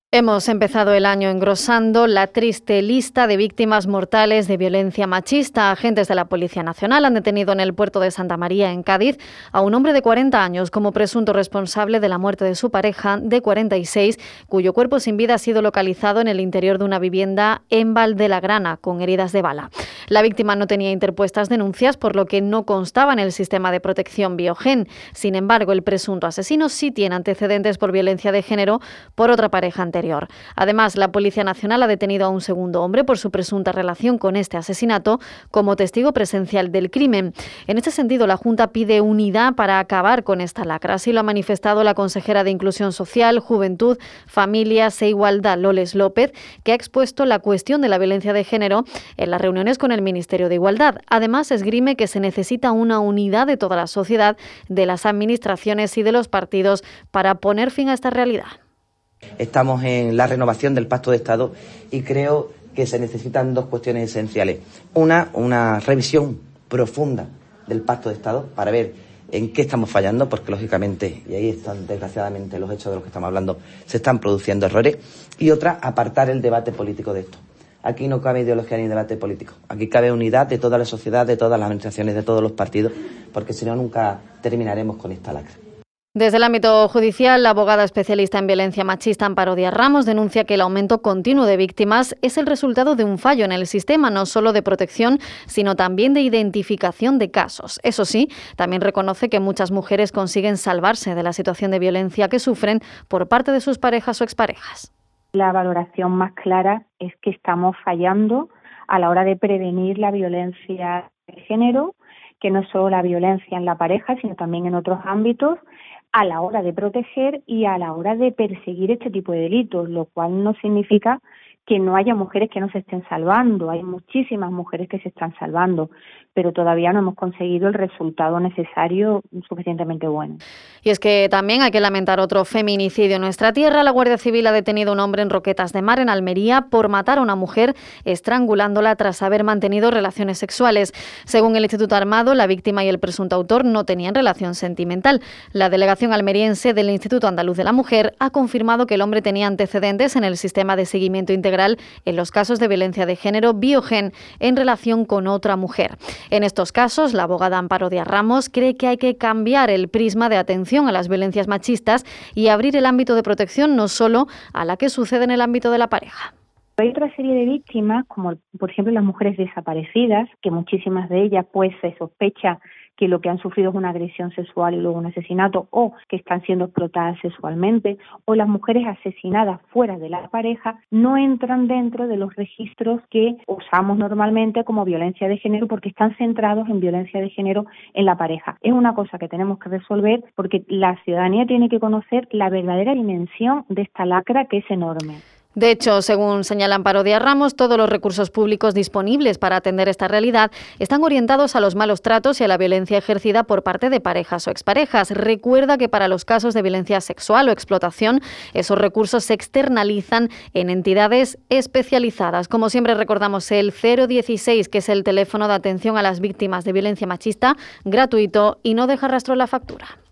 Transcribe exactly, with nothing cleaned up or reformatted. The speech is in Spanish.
Hemos empezado el año engrosando la triste lista de víctimas mortales de violencia machista. Agentes de la Policía Nacional han detenido en el puerto de Santa María, en Cádiz, a un hombre de cuarenta años como presunto responsable de la muerte de su pareja de cuarenta y seis, cuyo cuerpo sin vida ha sido localizado en el interior de una vivienda en Valdelagrana, con heridas de bala. La víctima no tenía interpuestas denuncias, por lo que no constaba en el sistema de protección Biogen. Sin embargo, el presunto asesino sí tiene antecedentes por violencia de género por otra pareja anterior. Además, la Policía Nacional ha detenido a un segundo hombre por su presunta relación con este asesinato como testigo presencial del crimen. En este sentido, la Junta pide unidad para acabar con esta lacra. Así lo ha manifestado la consejera de Inclusión Social, Juventud, Familias e Igualdad, Loles López, que ha expuesto la cuestión de la violencia de género en las reuniones con el Ministerio de Igualdad. Además, esgrime que se necesita una unidad de toda la sociedad, de las administraciones y de los partidos para poner fin a esta realidad. Estamos en la renovación del Pacto de Estado y creo que se necesitan dos cuestiones esenciales. Una, una revisión profunda del Pacto de Estado para ver en qué estamos fallando, porque lógicamente, y ahí están desgraciadamente los hechos de los que estamos hablando, se están produciendo errores. Y otra, apartar el debate político de esto. Aquí no cabe ideología ni debate político. Aquí cabe unidad de toda la sociedad, de todas las administraciones, de todos los partidos, porque si no nunca terminaremos con esta lacra. Desde el ámbito judicial, la abogada especialista en violencia machista Amparo Díaz Ramos denuncia que el aumento continuo de víctimas es el resultado de un fallo en el sistema, no solo de protección, sino también de identificación de casos. Eso sí, también reconoce que muchas mujeres consiguen salvarse de la situación de violencia que sufren por parte de sus parejas o exparejas. La valoración más clara es que estamos fallando a la hora de prevenir la violencia de género, que no es solo la violencia en la pareja, sino también en otros ámbitos, a la hora de proteger y a la hora de perseguir este tipo de delitos, lo cual no significa que no haya mujeres que no se estén salvando. Hay muchísimas mujeres que se están salvando, pero todavía no hemos conseguido el resultado necesario suficientemente bueno. Y es que también hay que lamentar otro feminicidio en nuestra tierra. La Guardia Civil ha detenido a un hombre en Roquetas de Mar, en Almería, por matar a una mujer estrangulándola tras haber mantenido relaciones sexuales. Según el Instituto Armado, la víctima y el presunto autor no tenían relación sentimental. La delegación almeriense del Instituto Andaluz de la Mujer ha confirmado que el hombre tenía antecedentes en el sistema de seguimiento integral en los casos de violencia de género Biogen en relación con otra mujer. En estos casos, la abogada Amparo Díaz Ramos cree que hay que cambiar el prisma de atención a las violencias machistas y abrir el ámbito de protección no solo a la que sucede en el ámbito de la pareja. Hay otra serie de víctimas, como por ejemplo las mujeres desaparecidas, que muchísimas de ellas pues se sospecha que lo que han sufrido es una agresión sexual y luego un asesinato, o que están siendo explotadas sexualmente, o las mujeres asesinadas fuera de la pareja, no entran dentro de los registros que usamos normalmente como violencia de género porque están centrados en violencia de género en la pareja. Es una cosa que tenemos que resolver porque la ciudadanía tiene que conocer la verdadera dimensión de esta lacra, que es enorme. De hecho, según señala Amparo Díaz Ramos, todos los recursos públicos disponibles para atender esta realidad están orientados a los malos tratos y a la violencia ejercida por parte de parejas o exparejas. Recuerda que para los casos de violencia sexual o explotación, esos recursos se externalizan en entidades especializadas. Como siempre recordamos, el cero dieciséis, que es el teléfono de atención a las víctimas de violencia machista, gratuito y no deja rastro en la factura.